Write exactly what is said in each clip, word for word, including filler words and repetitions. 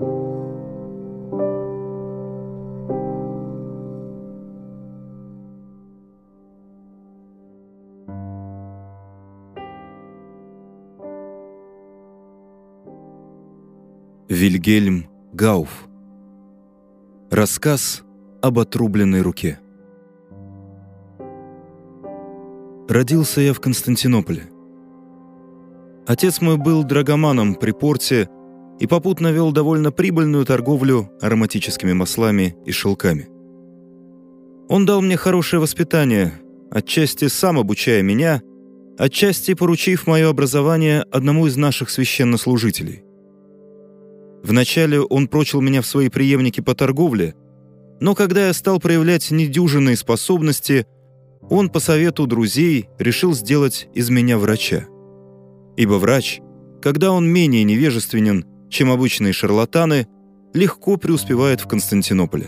Вильгельм Гауф. Рассказ об отрубленной руке. Родился я в Константинополе. Отец мой был драгоманом при порте и попутно вел довольно прибыльную торговлю ароматическими маслами и шелками. Он дал мне хорошее воспитание, отчасти сам обучая меня, отчасти поручив мое образование одному из наших священнослужителей. Вначале он прочил меня в свои преемники по торговле, но когда я стал проявлять недюжинные способности, он по совету друзей решил сделать из меня врача. Ибо врач, когда он менее невежественен, чем обычные шарлатаны, легко преуспевает в Константинополе.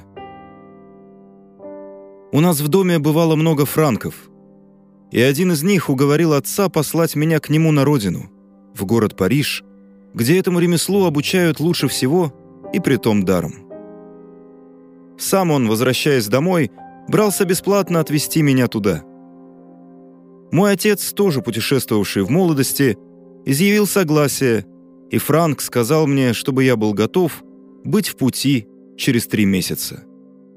У нас в доме бывало много франков, и один из них уговорил отца послать меня к нему на родину, в город Париж, где этому ремеслу обучают лучше всего и притом даром. Сам он, возвращаясь домой, брался бесплатно отвезти меня туда. Мой отец, тоже путешествовавший в молодости, изъявил согласие, и Франк сказал мне, чтобы я был готов быть в пути через три месяца.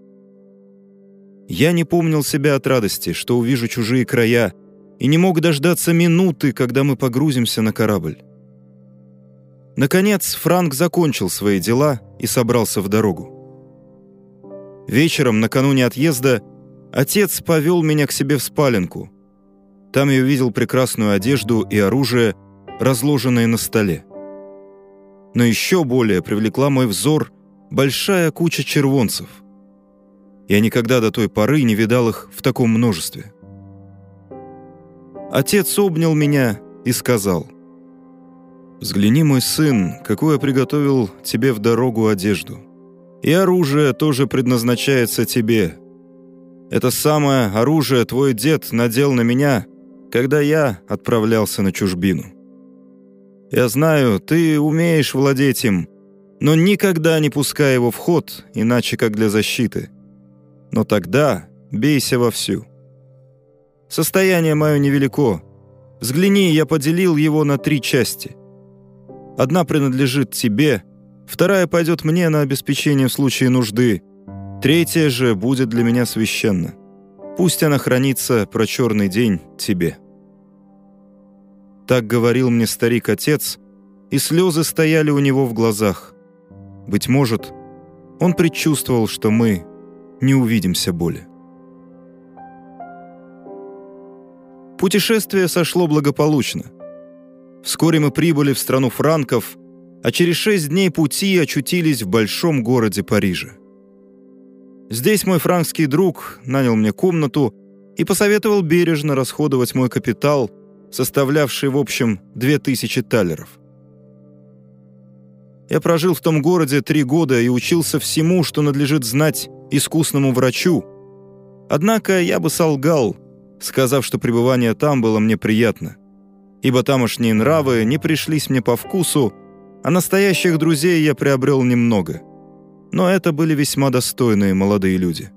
Я не помнил себя от радости, что увижу чужие края, и не мог дождаться минуты, когда мы погрузимся на корабль. Наконец, Франк закончил свои дела и собрался в дорогу. Вечером, накануне отъезда, отец повел меня к себе в спаленку. Там я увидел прекрасную одежду и оружие, разложенные на столе. Но еще более привлекла мой взор большая куча червонцев. Я никогда до той поры не видал их в таком множестве. Отец обнял меня и сказал: «Взгляни, мой сын, какую я приготовил тебе в дорогу одежду. И оружие тоже предназначается тебе. Это самое оружие твой дед надел на меня, когда я отправлялся на чужбину. Я знаю, ты умеешь владеть им, но никогда не пускай его в ход, иначе как для защиты. Но тогда бейся вовсю. Состояние мое невелико. Взгляни, я поделил его на три части. Одна принадлежит тебе, вторая пойдет мне на обеспечение в случае нужды, третья же будет для меня священна. Пусть она хранится про черный день тебе». Так говорил мне старик-отец, и слезы стояли у него в глазах. Быть может, он предчувствовал, что мы не увидимся более. Путешествие сошло благополучно. Вскоре мы прибыли в страну франков, а через шесть дней пути очутились в большом городе Париже. Здесь мой франкский друг нанял мне комнату и посоветовал бережно расходовать мой капитал, составлявший в общем две тысячи талеров. Я прожил в том городе три года и учился всему, что надлежит знать искусному врачу. Однако я бы солгал, сказав, что пребывание там было мне приятно, ибо тамошние нравы не пришлись мне по вкусу, а настоящих друзей я приобрел немного. Но это были весьма достойные молодые люди.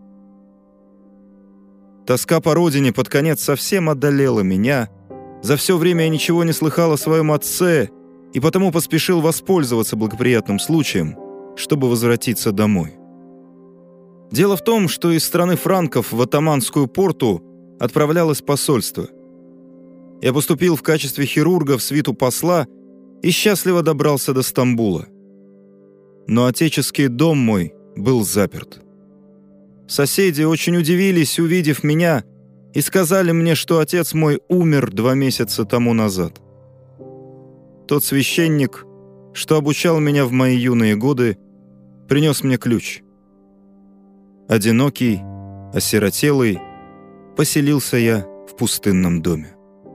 Тоска по родине под конец совсем одолела меня. За все время я ничего не слыхал о своем отце, и потому поспешил воспользоваться благоприятным случаем, чтобы возвратиться домой. Дело в том, что из страны франков в Оттоманскую порту отправлялось посольство. Я поступил в качестве хирурга в свиту посла и счастливо добрался до Стамбула. Но отеческий дом мой был заперт. Соседи очень удивились, увидев меня, и сказали мне, что отец мой умер два месяца тому назад. Тот священник, что обучал меня в мои юные годы, принес мне ключ. Одинокий, осиротелый, поселился я в пустынном доме.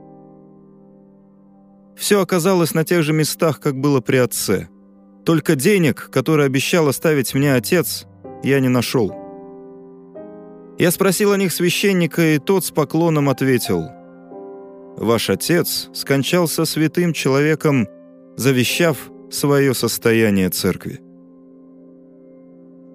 Все оказалось на тех же местах, как было при отце. Только денег, которые обещал оставить мне отец, я не нашел. Я спросил о них священника, и тот с поклоном ответил: «Ваш отец скончался святым человеком, завещав свое состояние церкви.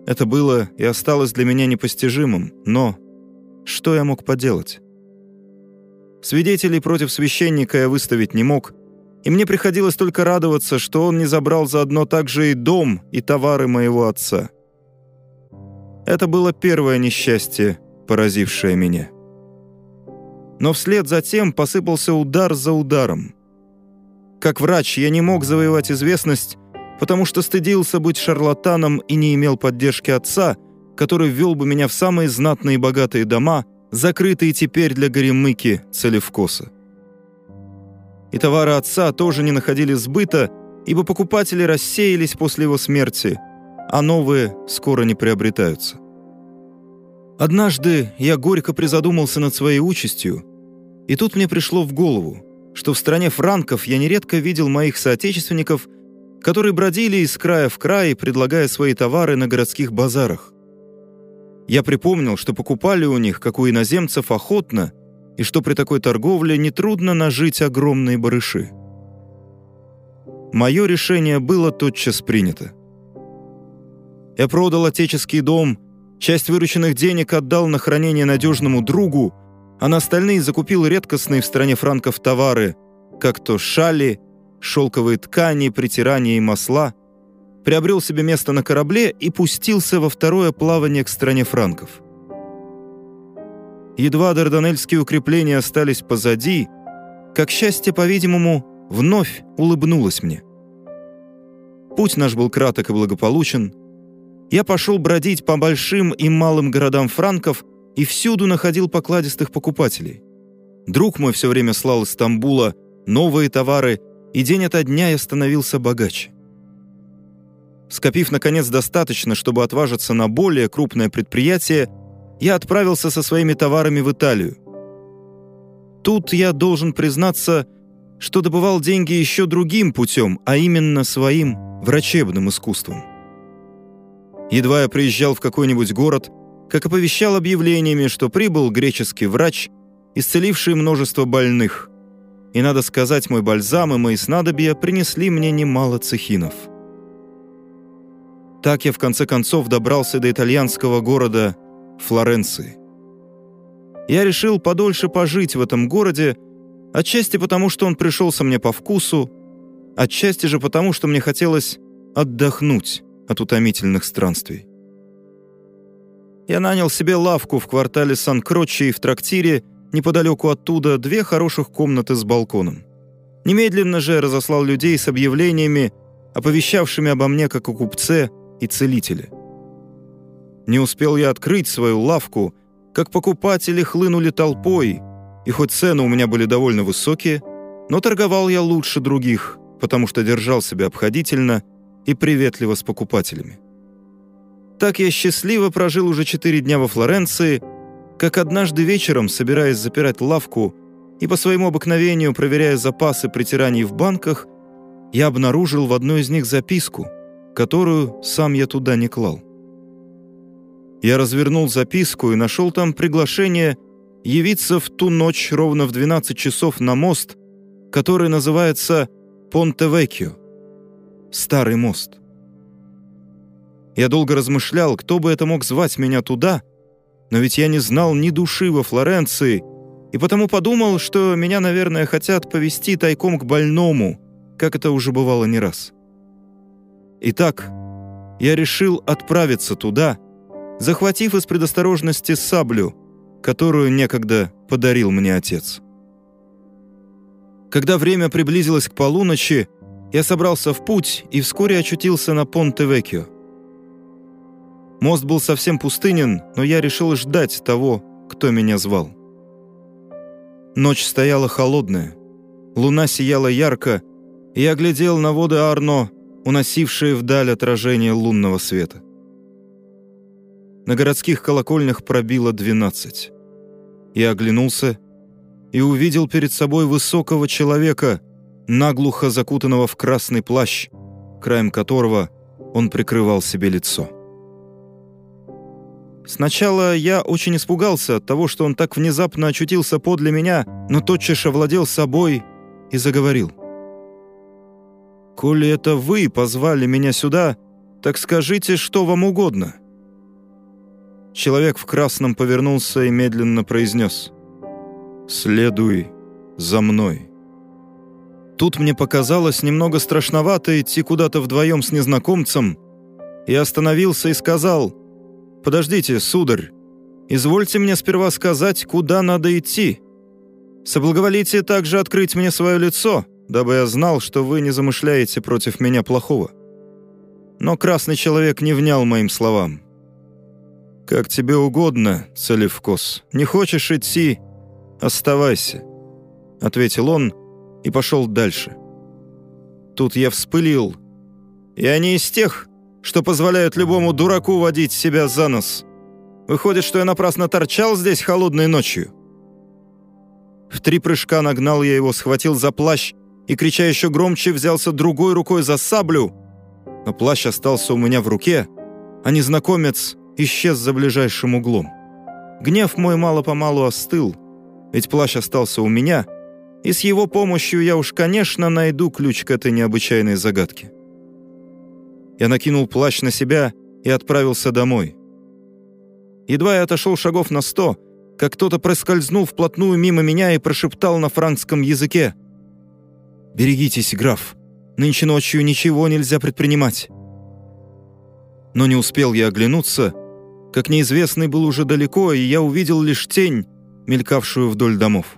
Это было и осталось для меня непостижимым, но что я мог поделать? Свидетелей против священника я выставить не мог, и мне приходилось только радоваться, что он не забрал заодно также и дом, и товары моего отца. Это было первое несчастье, поразившее меня. Но вслед за тем посыпался удар за ударом. Как врач я не мог завоевать известность, потому что стыдился быть шарлатаном и не имел поддержки отца, который ввел бы меня в самые знатные и богатые дома, закрытые теперь для горемыки Целевкоса. И товары отца тоже не находили сбыта, ибо покупатели рассеялись после его смерти, а новые скоро не приобретаются. Однажды я горько призадумался над своей участью, и тут мне пришло в голову, что в стране франков я нередко видел моих соотечественников, которые бродили из края в край, предлагая свои товары на городских базарах. Я припомнил, что покупали у них, как у иноземцев, охотно, и что при такой торговле нетрудно нажить огромные барыши. Мое решение было тотчас принято. Я продал отеческий дом, часть вырученных денег отдал на хранение надежному другу, а на остальные закупил редкостные в стране франков товары, как то шали, шелковые ткани, притирания и масла, приобрел себе место на корабле и пустился во второе плавание к стране франков. Едва дарданельские укрепления остались позади, как счастье, по-видимому, вновь улыбнулось мне. Путь наш был краток и благополучен. Я пошел бродить по большим и малым городам франков и всюду находил покладистых покупателей. Друг мой все время слал из Стамбула новые товары, и день ото дня я становился богаче. Скопив, наконец, достаточно, чтобы отважиться на более крупное предприятие, я отправился со своими товарами в Италию. Тут я должен признаться, что добывал деньги еще другим путем, а именно своим врачебным искусством. Едва я приезжал в какой-нибудь город, как оповещал объявлениями, что прибыл греческий врач, исцеливший множество больных. И, надо сказать, мой бальзам и мои снадобья принесли мне немало цехинов. Так я в конце концов добрался до итальянского города Флоренции. Я решил подольше пожить в этом городе, отчасти потому, что он пришелся мне по вкусу, отчасти же потому, что мне хотелось отдохнуть от утомительных странствий. Я нанял себе лавку в квартале Сан-Кроче и в трактире, неподалеку оттуда, две хороших комнаты с балконом. Немедленно же разослал людей с объявлениями, оповещавшими обо мне как о купце и целителе. Не успел я открыть свою лавку, как покупатели хлынули толпой, и хоть цены у меня были довольно высокие, но торговал я лучше других, потому что держал себя обходительно и приветливо с покупателями. Так я счастливо прожил уже четыре дня во Флоренции, как однажды вечером, собираясь запирать лавку и по своему обыкновению проверяя запасы притираний в банках, я обнаружил в одной из них записку, которую сам я туда не клал. Я развернул записку и нашел там приглашение явиться в ту ночь ровно в двенадцать часов на мост, который называется Понте-Веккио — Старый мост. Я долго размышлял, кто бы это мог звать меня туда, но ведь я не знал ни души во Флоренции, и потому подумал, что меня, наверное, хотят повезти тайком к больному, как это уже бывало не раз. Итак, я решил отправиться туда, захватив из предосторожности саблю, которую некогда подарил мне отец. Когда время приблизилось к полуночи, я собрался в путь и вскоре очутился на Понте-Веккио. Мост был совсем пустынен, но я решил ждать того, кто меня звал. Ночь стояла холодная, луна сияла ярко, и я глядел на воды Арно, уносившие вдаль отражение лунного света. На городских колокольнях пробило двенадцать. Я оглянулся и увидел перед собой высокого человека, наглухо закутанного в красный плащ, краем которого он прикрывал себе лицо. Сначала я очень испугался от того, что он так внезапно очутился подле меня, но тотчас овладел собой и заговорил. «Коли это вы позвали меня сюда, так скажите, что вам угодно, Человек в красном повернулся и медленно произнес: «Следуй за мной». Тут мне показалось немного страшновато идти куда-то вдвоем с незнакомцем. Я остановился и сказал: «Подождите, сударь, извольте мне сперва сказать, куда надо идти. Соблаговолите также открыть мне свое лицо, дабы я знал, что вы не замышляете против меня плохого». Но красный человек не внял моим словам. «Как тебе угодно, Целевкос. Не хочешь идти? Оставайся», — ответил он и пошел дальше. Тут я вспылил. «Я не из тех, что позволяют любому дураку водить себя за нос. Выходит, что я напрасно торчал здесь холодной ночью». В три прыжка нагнал я его, схватил за плащ и, крича еще громче, взялся другой рукой за саблю. Но плащ остался у меня в руке, а незнакомец исчез за ближайшим углом. Гнев мой мало-помалу остыл, ведь плащ остался у меня, и с его помощью я уж, конечно, найду ключ к этой необычайной загадке. Я накинул плащ на себя и отправился домой. Едва я отошел шагов на сто, как кто-то проскользнул вплотную мимо меня и прошептал на франкском языке: «Берегитесь, граф, нынче ночью ничего нельзя предпринимать». Но не успел я оглянуться, как неизвестный был уже далеко, и я увидел лишь тень, мелькавшую вдоль домов.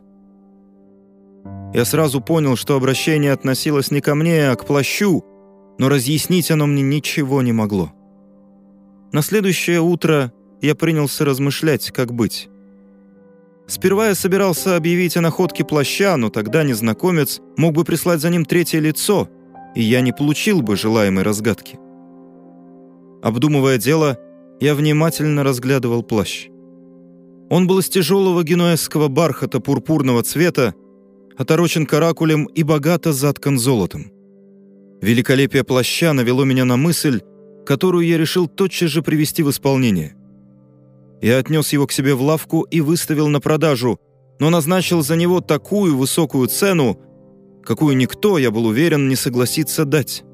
Я сразу понял, что обращение относилось не ко мне, а к плащу, но разъяснить оно мне ничего не могло. На следующее утро я принялся размышлять, как быть. Сперва я собирался объявить о находке плаща, но тогда незнакомец мог бы прислать за ним третье лицо, и я не получил бы желаемой разгадки. Обдумывая дело, я внимательно разглядывал плащ. Он был из тяжелого генуэзского бархата пурпурного цвета, оторочен каракулем и богато заткан золотом. Великолепие плаща навело меня на мысль, которую я решил тотчас же привести в исполнение. Я отнес его к себе в лавку и выставил на продажу, но назначил за него такую высокую цену, какую никто, я был уверен, не согласится дать.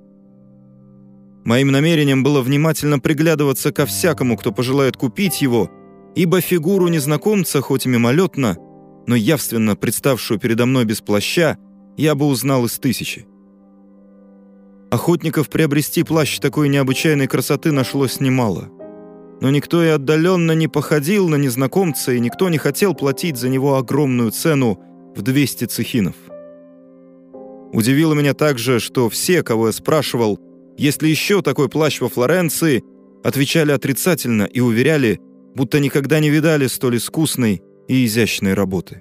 Моим намерением было внимательно приглядываться ко всякому, кто пожелает купить его, ибо фигуру незнакомца, хоть и мимолетно, но явственно представшую передо мной без плаща, я бы узнал из тысячи. Охотников приобрести плащ такой необычайной красоты нашлось немало. Но никто и отдаленно не походил на незнакомца, и никто не хотел платить за него огромную цену в двести цехинов. Удивило меня также, что все, кого я спрашивал, есть ли еще такой плащ во Флоренции, отвечали отрицательно и уверяли, будто никогда не видали столь искусной и изящной работы.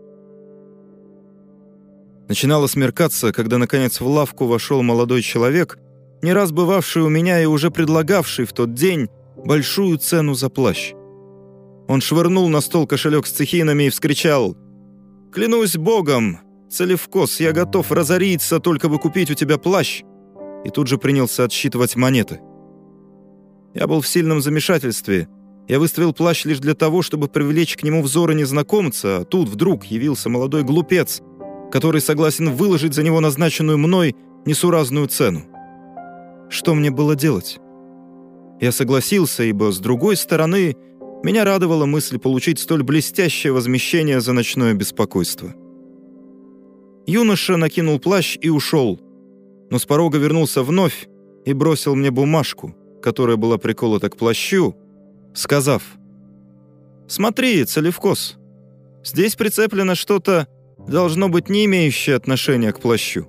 Начинало смеркаться, когда, наконец, в лавку вошел молодой человек, не раз бывавший у меня и уже предлагавший в тот день большую цену за плащ. Он швырнул на стол кошелек с цехинами и вскричал: «Клянусь Богом, Целевкос, я готов разориться, только бы купить у тебя плащ!» И тут же принялся отсчитывать монеты. Я был в сильном замешательстве. Я выставил плащ лишь для того, чтобы привлечь к нему взоры незнакомца, а тут вдруг явился молодой глупец, который согласен выложить за него назначенную мной несуразную цену. Что мне было делать? Я согласился, ибо, с другой стороны, меня радовала мысль получить столь блестящее возмещение за ночное беспокойство. Юноша накинул плащ и ушел, но с порога вернулся вновь и бросил мне бумажку, которая была приколота к плащу, сказав: «Смотри, Целевкос, здесь прицеплено что-то, должно быть, не имеющее отношения к плащу».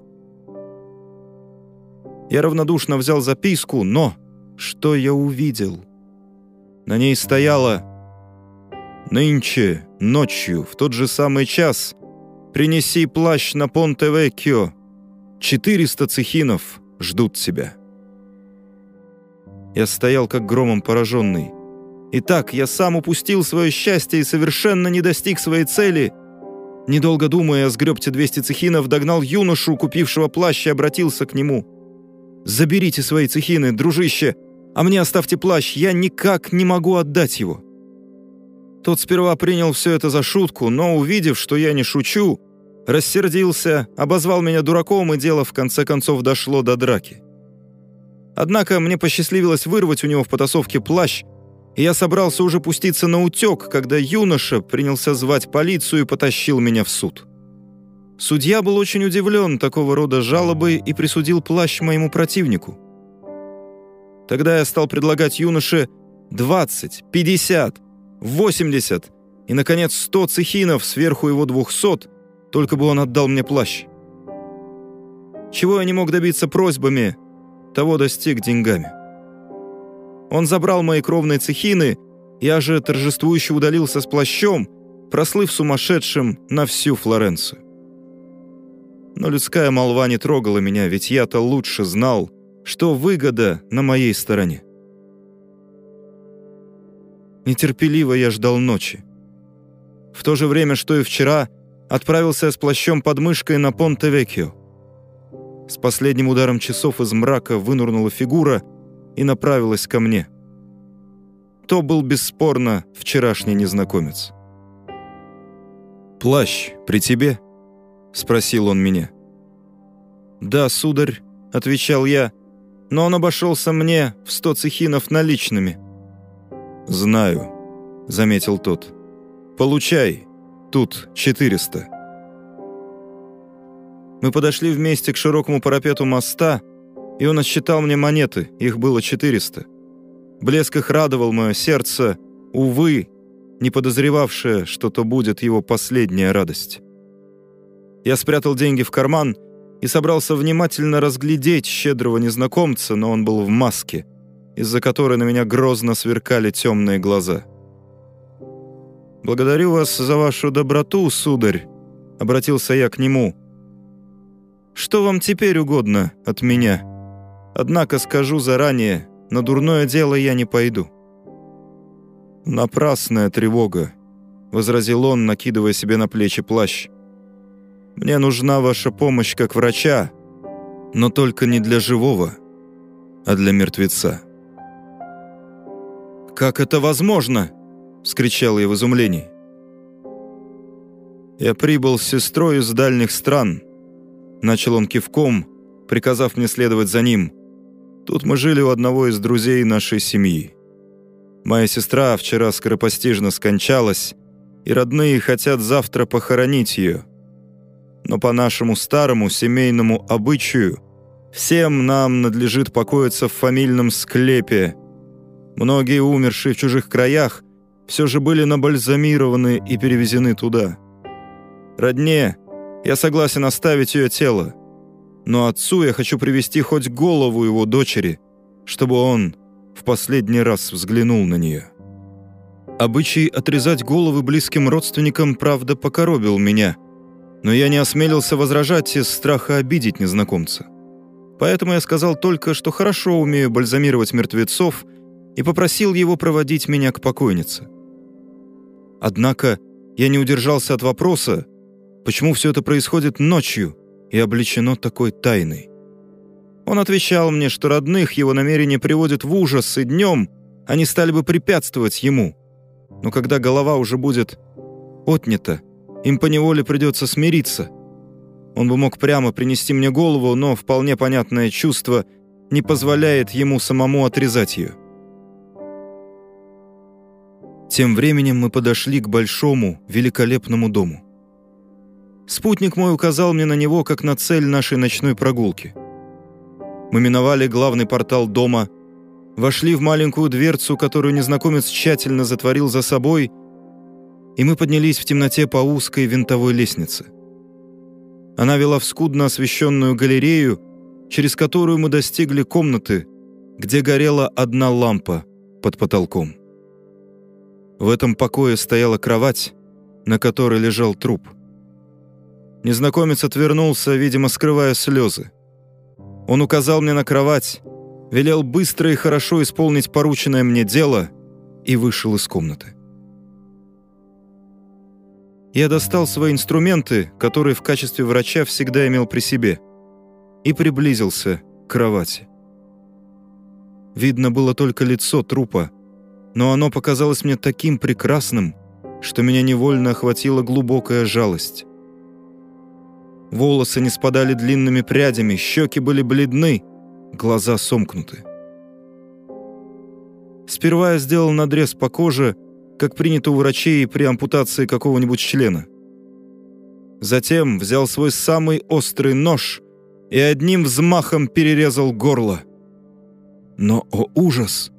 Я равнодушно взял записку, но что я увидел? На ней стояло: «Нынче, ночью, в тот же самый час, принеси плащ на Понте-Веккио. Четыреста цехинов ждут тебя». Я стоял как громом пораженный. Итак, я сам упустил свое счастье и совершенно не достиг своей цели. Недолго думая, я сгреб те двести цехинов, догнал юношу, купившего плащ, и обратился к нему: «Заберите свои цехины, дружище, а мне оставьте плащ, я никак не могу отдать его». Тот сперва принял все это за шутку, но, увидев, что я не шучу, рассердился, обозвал меня дураком, и дело в конце концов дошло до драки. Однако мне посчастливилось вырвать у него в потасовке плащ, И я собрался уже пуститься на утек, когда юноша принялся звать полицию и потащил меня в суд. Судья был очень удивлен такого рода жалобой и присудил плащ моему противнику. Тогда я стал предлагать юноше двадцать, пятьдесят, восемьдесят и, наконец, сто цехинов сверху его двухсот, только бы он отдал мне плащ. Чего я не мог добиться просьбами, того достиг деньгами. Он забрал мои кровные цехины, я же торжествующе удалился с плащом, прослыв сумасшедшим на всю Флоренцию. Но людская молва не трогала меня, ведь я-то лучше знал, что выгода на моей стороне. Нетерпеливо я ждал ночи. В то же время, что и вчера, отправился с плащом под мышкой на Понте-Веккио. С последним ударом часов из мрака вынурнула фигура и направилась ко мне. То был бесспорно вчерашний незнакомец. «Плащ при тебе?» — спросил он меня. «Да, сударь», — отвечал я, — «но он обошелся мне в сто цехинов наличными». «Знаю», — заметил тот. «Получай, тут четыреста». Мы подошли вместе к широкому парапету моста, и он отсчитал мне монеты, их было четыреста. Блеск их радовал мое сердце, увы, не подозревавшее, что то будет его последняя радость. Я спрятал деньги в карман и собрался внимательно разглядеть щедрого незнакомца, но он был в маске, из-за которой на меня грозно сверкали темные глаза. «Благодарю вас за вашу доброту, сударь», — обратился я к нему. «Что вам теперь угодно от меня? Однако скажу заранее, на дурное дело я не пойду». «Напрасная тревога», — возразил он, накидывая себе на плечи плащ. «Мне нужна ваша помощь как врача, но только не для живого, а для мертвеца». «Как это возможно?» — вскричал я в изумлении. «Я прибыл с сестрой из дальних стран», — начал он кивком, приказав мне следовать за ним. «Тут мы жили у одного из друзей нашей семьи. Моя сестра вчера скоропостижно скончалась, и родные хотят завтра похоронить ее. Но по нашему старому семейному обычаю всем нам надлежит покоиться в фамильном склепе. Многие умершие в чужих краях все же были набальзамированы и перевезены туда. Родне я согласен оставить ее тело, но отцу я хочу привести хоть голову его дочери, чтобы он в последний раз взглянул на нее». Обычай отрезать головы близким родственникам, правда, покоробил меня, но я не осмелился возражать из страха обидеть незнакомца. Поэтому я сказал только, что хорошо умею бальзамировать мертвецов, и попросил его проводить меня к покойнице. Однако я не удержался от вопроса, почему все это происходит ночью и облечено такой тайной. Он отвечал мне, что родных его намерения приводят в ужас, и днем они стали бы препятствовать ему. Но когда голова уже будет отнята, им поневоле придется смириться. Он бы мог прямо принести мне голову, но вполне понятное чувство не позволяет ему самому отрезать ее. Тем временем мы подошли к большому, великолепному дому. Спутник мой указал мне на него как на цель нашей ночной прогулки. Мы миновали главный портал дома, вошли в маленькую дверцу, которую незнакомец тщательно затворил за собой, и мы поднялись в темноте по узкой винтовой лестнице. Она вела в скудно освещенную галерею, через которую мы достигли комнаты, где горела одна лампа под потолком. В этом покое стояла кровать, на которой лежал труп. Незнакомец отвернулся, видимо, скрывая слезы. Он указал мне на кровать, велел быстро и хорошо исполнить порученное мне дело и вышел из комнаты. Я достал свои инструменты, которые в качестве врача всегда имел при себе, и приблизился к кровати. Видно было только лицо трупа, но оно показалось мне таким прекрасным, что меня невольно охватила глубокая жалость. Волосы не спадали длинными прядями, щеки были бледны, глаза сомкнуты. С Сперва я сделал надрез по коже, как принято у врачей при ампутации какого-нибудь члена. Затем взял свой самый острый нож и одним взмахом перерезал горло. Но, о ужас!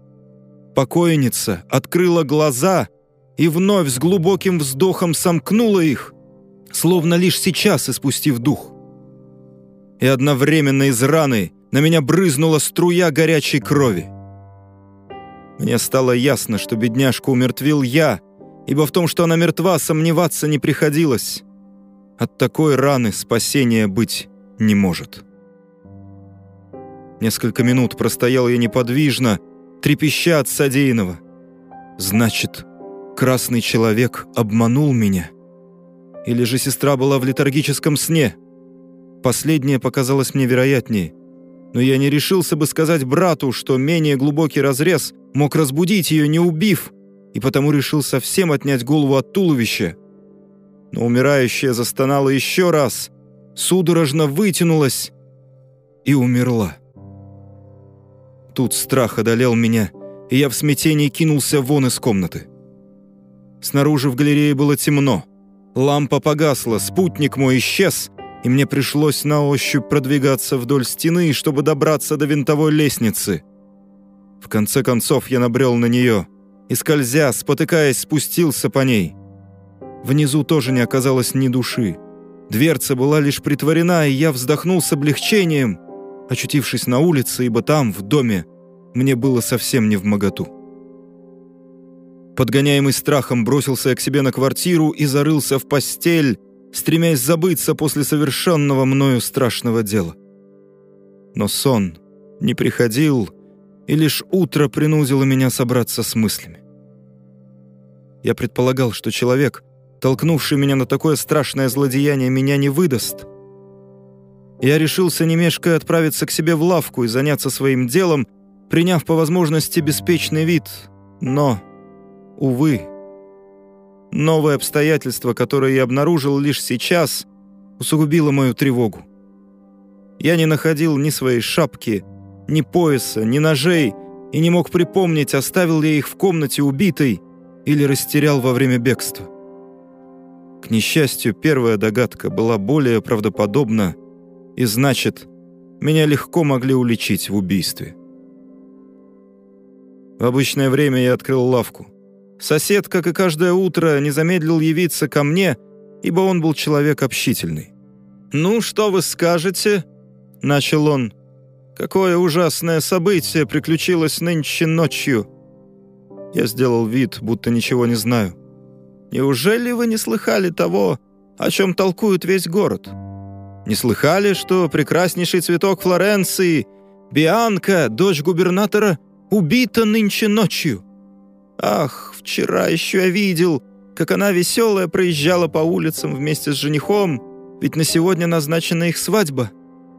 Покойница открыла глаза и вновь с глубоким вздохом сомкнула их, словно лишь сейчас испустив дух. И одновременно из раны на меня брызнула струя горячей крови. Мне стало ясно, что бедняжку умертвил я, ибо в том, что она мертва, сомневаться не приходилось. От такой раны спасения быть не может. Несколько минут простоял я неподвижно, трепеща от содеянного. Значит, красный человек обманул меня? Или же сестра была в летаргическом сне? Последнее показалось мне вероятнее. Но я не решился бы сказать брату, что менее глубокий разрез мог разбудить ее, не убив, и потому решил совсем отнять голову от туловища. Но умирающая застонала еще раз, судорожно вытянулась и умерла. Тут страх одолел меня, и я в смятении кинулся вон из комнаты. Снаружи в галерее было темно. Лампа погасла, спутник мой исчез, и мне пришлось на ощупь продвигаться вдоль стены, чтобы добраться до винтовой лестницы. В конце концов я набрел на нее и, скользя, спотыкаясь, спустился по ней. Внизу тоже не оказалось ни души. Дверца была лишь притворена, и я вздохнул с облегчением, очутившись на улице, ибо там, в доме, мне было совсем невмоготу. Подгоняемый страхом, бросился я к себе на квартиру и зарылся в постель, стремясь забыться после совершенного мною страшного дела. Но сон не приходил, и лишь утро принудило меня собраться с мыслями. Я предполагал, что человек, толкнувший меня на такое страшное злодеяние, меня не выдаст. Я решился, не мешкая, отправиться к себе в лавку и заняться своим делом, приняв по возможности беспечный вид. Но, увы, новое обстоятельство, которое я обнаружил лишь сейчас, усугубило мою тревогу. Я не находил ни своей шапки, ни пояса, ни ножей, и не мог припомнить, оставил ли я их в комнате убитой или растерял во время бегства. К несчастью, первая догадка была более правдоподобна, и значит, меня легко могли уличить в убийстве. В обычное время я открыл лавку. Сосед, как и каждое утро, не замедлил явиться ко мне, ибо он был человек общительный. «Ну, что вы скажете?» — начал он. «Какое ужасное событие приключилось нынче ночью!» Я сделал вид, будто ничего не знаю. «Неужели вы не слыхали того, о чем толкует весь город? Не слыхали, что прекраснейший цветок Флоренции, Бианка, дочь губернатора, убита нынче ночью? Ах, вчера еще я видел, как она веселая проезжала по улицам вместе с женихом, ведь на сегодня назначена их свадьба».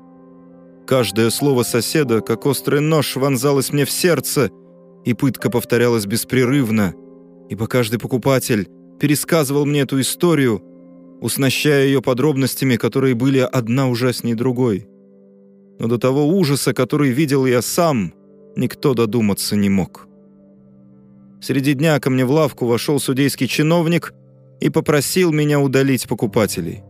Каждое слово соседа, как острый нож, вонзалось мне в сердце, и пытка повторялась беспрерывно, ибо каждый покупатель пересказывал мне эту историю, уснащая ее подробностями, которые были одна ужасней другой. Но до того ужаса, который видел я сам, никто додуматься не мог. Среди дня ко мне в лавку вошел судейский чиновник и попросил меня удалить покупателей.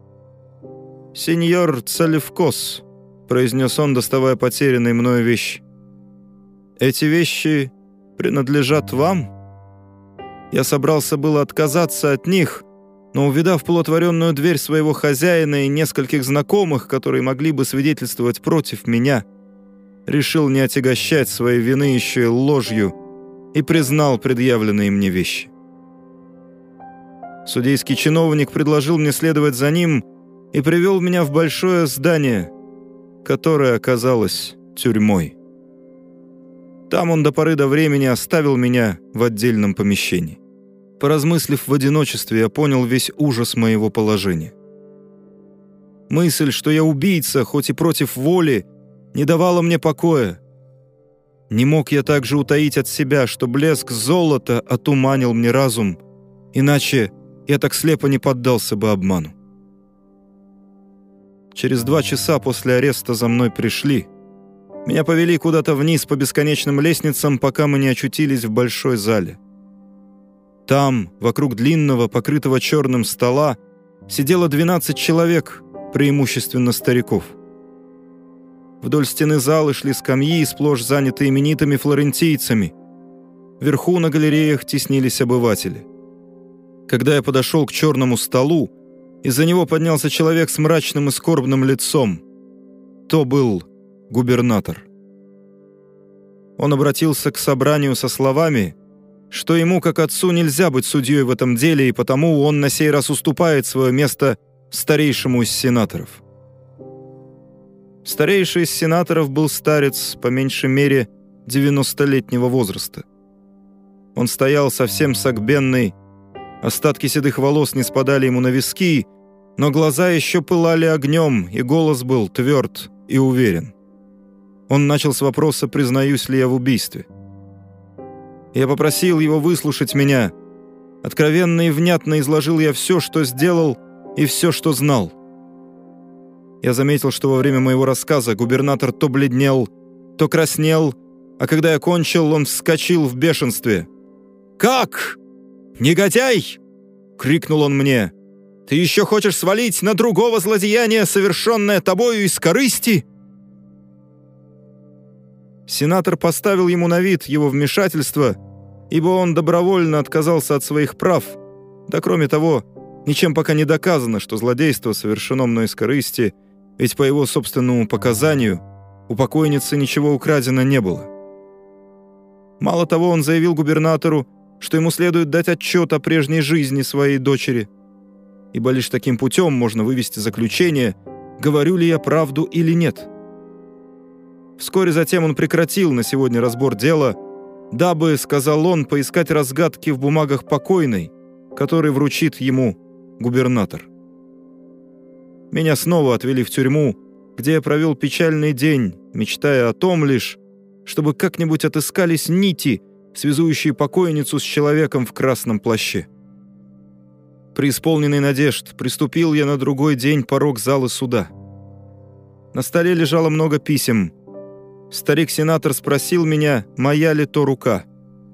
«Сеньор Цалевкос», — произнес он, доставая потерянные мною вещи, — «эти вещи принадлежат вам?» Я собрался было отказаться от них, но, увидав полуотворенную дверь своего хозяина и нескольких знакомых, которые могли бы свидетельствовать против меня, решил не отягощать своей вины еще и ложью и признал предъявленные мне вещи. Судейский чиновник предложил мне следовать за ним и привел меня в большое здание, которое оказалось тюрьмой. Там он до поры до времени оставил меня в отдельном помещении. Поразмыслив в одиночестве, я понял весь ужас моего положения. Мысль, что я убийца, хоть и против воли, не давала мне покоя. Не мог я также утаить от себя, что блеск золота отуманил мне разум, иначе я так слепо не поддался бы обману. Через два часа после ареста за мной пришли. Меня повели куда-то вниз по бесконечным лестницам, пока мы не очутились в большой зале. Там, вокруг длинного, покрытого черным стола, сидело двенадцать человек, преимущественно стариков. Вдоль стены залы шли скамьи, сплошь занятые именитыми флорентийцами. Вверху на галереях теснились обыватели. Когда я подошел к черному столу, из-за него поднялся человек с мрачным и скорбным лицом. То был губернатор. Он обратился к собранию со словами, что ему, как отцу, нельзя быть судьей в этом деле, и потому он на сей раз уступает свое место старейшему из сенаторов. Старейший из сенаторов был старец, по меньшей мере, девяностолетнего возраста. Он стоял совсем согбенный, остатки седых волос не спадали ему на виски, но глаза еще пылали огнем, и голос был тверд и уверен. Он начал с вопроса, признаюсь ли я в убийстве. Я попросил его выслушать меня. Откровенно и внятно изложил я все, что сделал, и все, что знал. Я заметил, что во время моего рассказа губернатор то бледнел, то краснел, а когда я кончил, он вскочил в бешенстве. «Как? Негодяй!» — крикнул он мне. «Ты еще хочешь свалить на другого злодеяние, совершенное тобою из корысти?» Сенатор поставил ему на вид его вмешательство, ибо он добровольно отказался от своих прав. Да кроме того, ничем пока не доказано, что злодейство совершено мной из корысти, ведь по его собственному показанию у покойницы ничего украдено не было. Мало того, он заявил губернатору, что ему следует дать отчет о прежней жизни своей дочери, ибо лишь таким путем можно вывести заключение, говорю ли я правду или нет. Вскоре затем он прекратил на сегодня разбор дела, дабы, сказал он, поискать разгадки в бумагах покойной, которые вручит ему губернатор. Меня снова отвели в тюрьму, где я провел печальный день, мечтая о том лишь, чтобы как-нибудь отыскались нити, связующие покойницу с человеком в красном плаще. Преисполненный надежд, приступил я на другой день порог зала суда. На столе лежало много писем. Старик-сенатор спросил меня, моя ли то рука.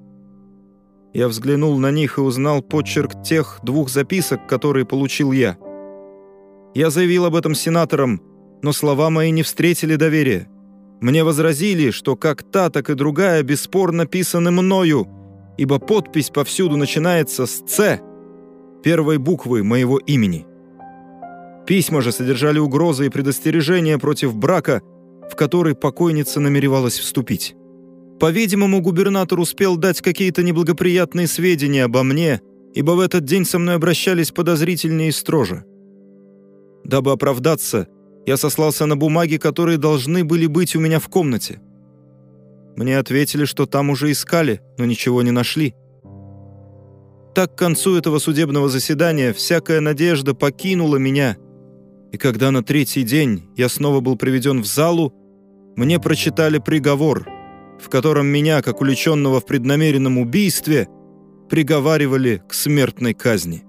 Я взглянул на них и узнал почерк тех двух записок, которые получил я. Я заявил об этом сенаторам, но слова мои не встретили доверия. Мне возразили, что как та, так и другая бесспорно писаны мною, ибо подпись повсюду начинается с «Ц», первой буквы моего имени. Письма же содержали угрозы и предостережения против брака, в который покойница намеревалась вступить. По-видимому, губернатор успел дать какие-то неблагоприятные сведения обо мне, ибо в этот день со мной обращались подозрительнее и строже. Дабы оправдаться, я сослался на бумаги, которые должны были быть у меня в комнате. Мне ответили, что там уже искали, но ничего не нашли. Так к концу этого судебного заседания всякая надежда покинула меня, и когда на третий день я снова был приведен в залу, мне прочитали приговор, в котором меня, как уличенного в преднамеренном убийстве, приговаривали к смертной казни.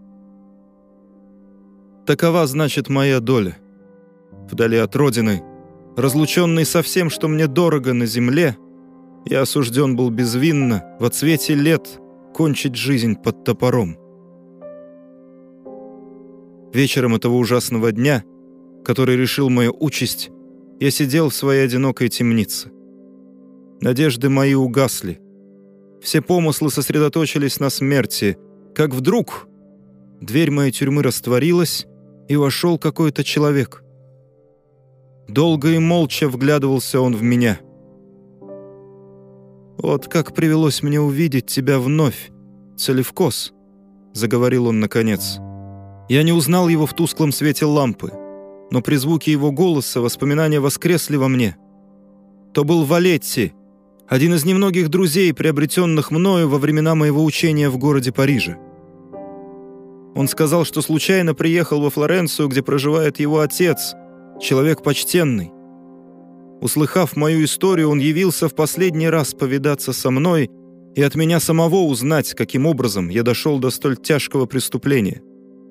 Такова, значит, моя доля. Вдали от родины, разлученный со всем, что мне дорого на земле, я осужден был безвинно, во цвете лет, кончить жизнь под топором. Вечером этого ужасного дня, который решил мою участь, я сидел в своей одинокой темнице. Надежды мои угасли. Все помыслы сосредоточились на смерти, как вдруг дверь моей тюрьмы растворилась, и вошел какой-то человек. Долго и молча вглядывался он в меня. «Вот как привелось мне увидеть тебя вновь, Целевкос», — заговорил он наконец. Я не узнал его в тусклом свете лампы, но при звуке его голоса воспоминания воскресли во мне. То был Валетти, один из немногих друзей, приобретенных мною во времена моего учения в городе Париже. Он сказал, что случайно приехал во Флоренцию, где проживает его отец, человек почтенный. Услыхав мою историю, он явился в последний раз повидаться со мной и от меня самого узнать, каким образом я дошел до столь тяжкого преступления.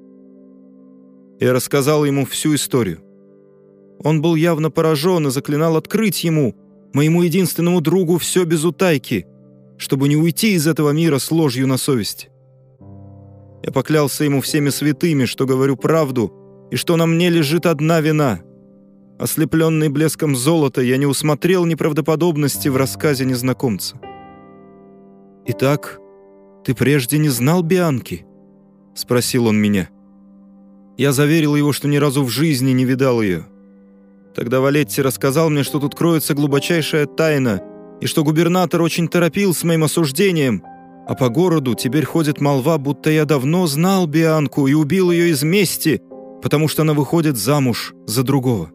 Я рассказал ему всю историю. Он был явно поражен и заклинал открыть ему, моему единственному другу все без утайки, чтобы не уйти из этого мира с ложью на совести. Я поклялся ему всеми святыми, что говорю правду и что на мне лежит одна вина. Ослепленный блеском золота, я не усмотрел неправдоподобности в рассказе незнакомца. «Итак, ты прежде не знал Бианки?» — спросил он меня. Я заверил его, что ни разу в жизни не видал ее. Тогда Валетти рассказал мне, что тут кроется глубочайшая тайна, и что губернатор очень торопил с моим осуждением, а по городу теперь ходит молва, будто я давно знал Бианку и убил ее из мести, потому что она выходит замуж за другого.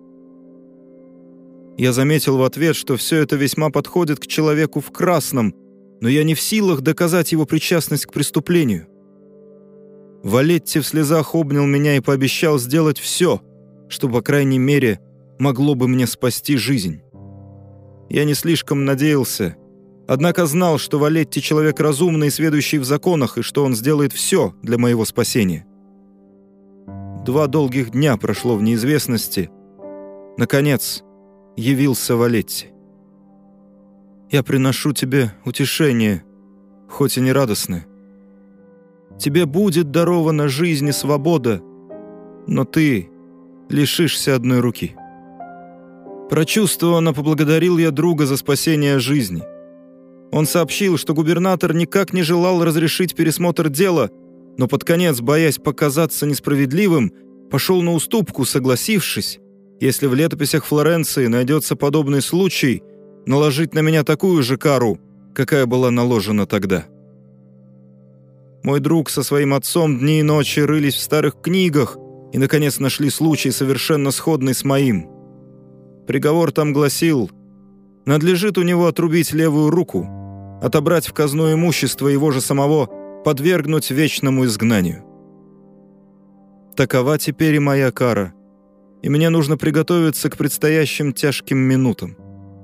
Я заметил в ответ, что все это весьма подходит к человеку в красном, но я не в силах доказать его причастность к преступлению. Валетти в слезах обнял меня и пообещал сделать все, что, по крайней мере, могло бы мне спасти жизнь. Я не слишком надеялся, однако знал, что Валетти человек разумный и сведущий в законах, и что он сделает все для моего спасения. Два долгих дня прошло в неизвестности. Наконец, явился Валетти. «Я приношу тебе утешение, хоть и не радостное. Тебе будет дарована жизнь и свобода, но ты лишишься одной руки». Прочувствованно поблагодарил я друга за спасение жизни. Он сообщил, что губернатор никак не желал разрешить пересмотр дела, но под конец, боясь показаться несправедливым, пошел на уступку, согласившись, если в летописях Флоренции найдется подобный случай, наложить на меня такую же кару, какая была наложена тогда. Мой друг со своим отцом дни и ночи рылись в старых книгах и, наконец, нашли случай, совершенно сходный с моим. Приговор там гласил: надлежит у него отрубить левую руку, отобрать в казну имущество его же самого, подвергнуть вечному изгнанию. Такова теперь и моя кара, и мне нужно приготовиться к предстоящим тяжким минутам.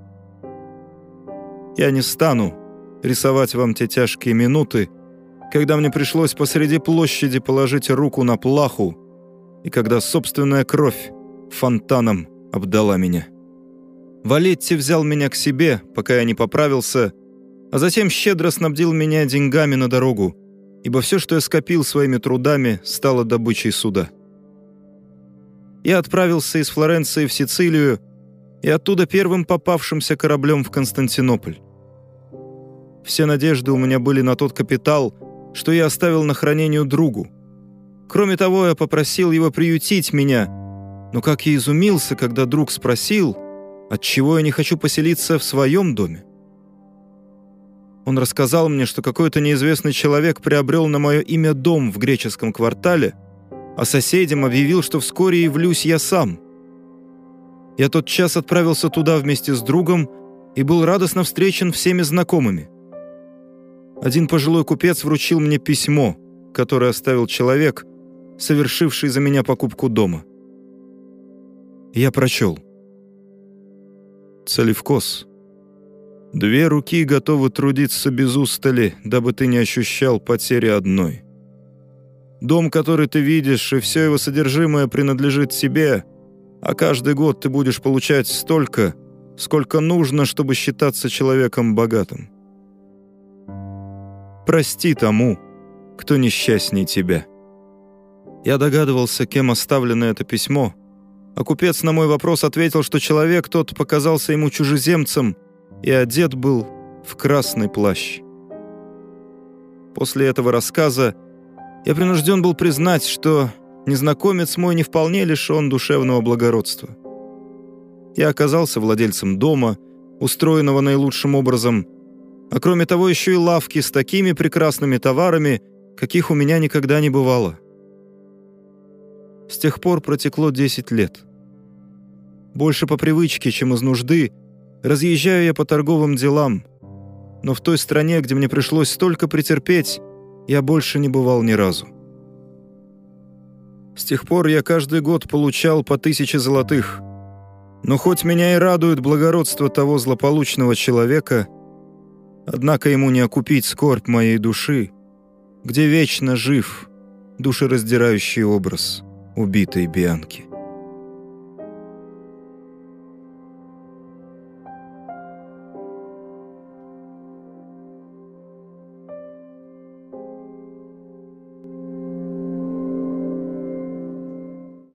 Я не стану рисовать вам те тяжкие минуты, когда мне пришлось посреди площади положить руку на плаху, и когда собственная кровь фонтаном обдала меня. Валетти взял меня к себе, пока я не поправился, а затем щедро снабдил меня деньгами на дорогу, ибо все, что я скопил своими трудами, стало добычей суда. Я отправился из Флоренции в Сицилию и оттуда первым попавшимся кораблем в Константинополь. Все надежды у меня были на тот капитал, что я оставил на хранение другу. Кроме того, я попросил его приютить меня, но как я изумился, когда друг спросил, отчего я не хочу поселиться в своем доме. Он рассказал мне, что какой-то неизвестный человек приобрел на мое имя дом в греческом квартале, а соседям объявил, что вскоре явлюсь я сам. Я тотчас отправился туда вместе с другом и был радостно встречен всеми знакомыми. Один пожилой купец вручил мне письмо, которое оставил человек, совершивший за меня покупку дома. Я прочел. «Целевкос, две руки готовы трудиться без устали, дабы ты не ощущал потери одной. Дом, который ты видишь, и все его содержимое принадлежит тебе, а каждый год ты будешь получать столько, сколько нужно, чтобы считаться человеком богатым. Прости тому, кто несчастней тебя». Я догадывался, кем оставлено это письмо, а купец на мой вопрос ответил, что человек тот показался ему чужеземцем и одет был в красный плащ. После этого рассказа я принужден был признать, что незнакомец мой не вполне лишен душевного благородства. Я оказался владельцем дома, устроенного наилучшим образом, а кроме того еще и лавки с такими прекрасными товарами, каких у меня никогда не бывало. С тех пор протекло десять лет. Больше по привычке, чем из нужды, разъезжаю я по торговым делам, но в той стране, где мне пришлось столько претерпеть, я больше не бывал ни разу. С тех пор я каждый год получал по тысяче золотых, но хоть меня и радует благородство того злополучного человека, однако ему не окупить скорбь моей души, где вечно жив душераздирающий образ убитой Бианки.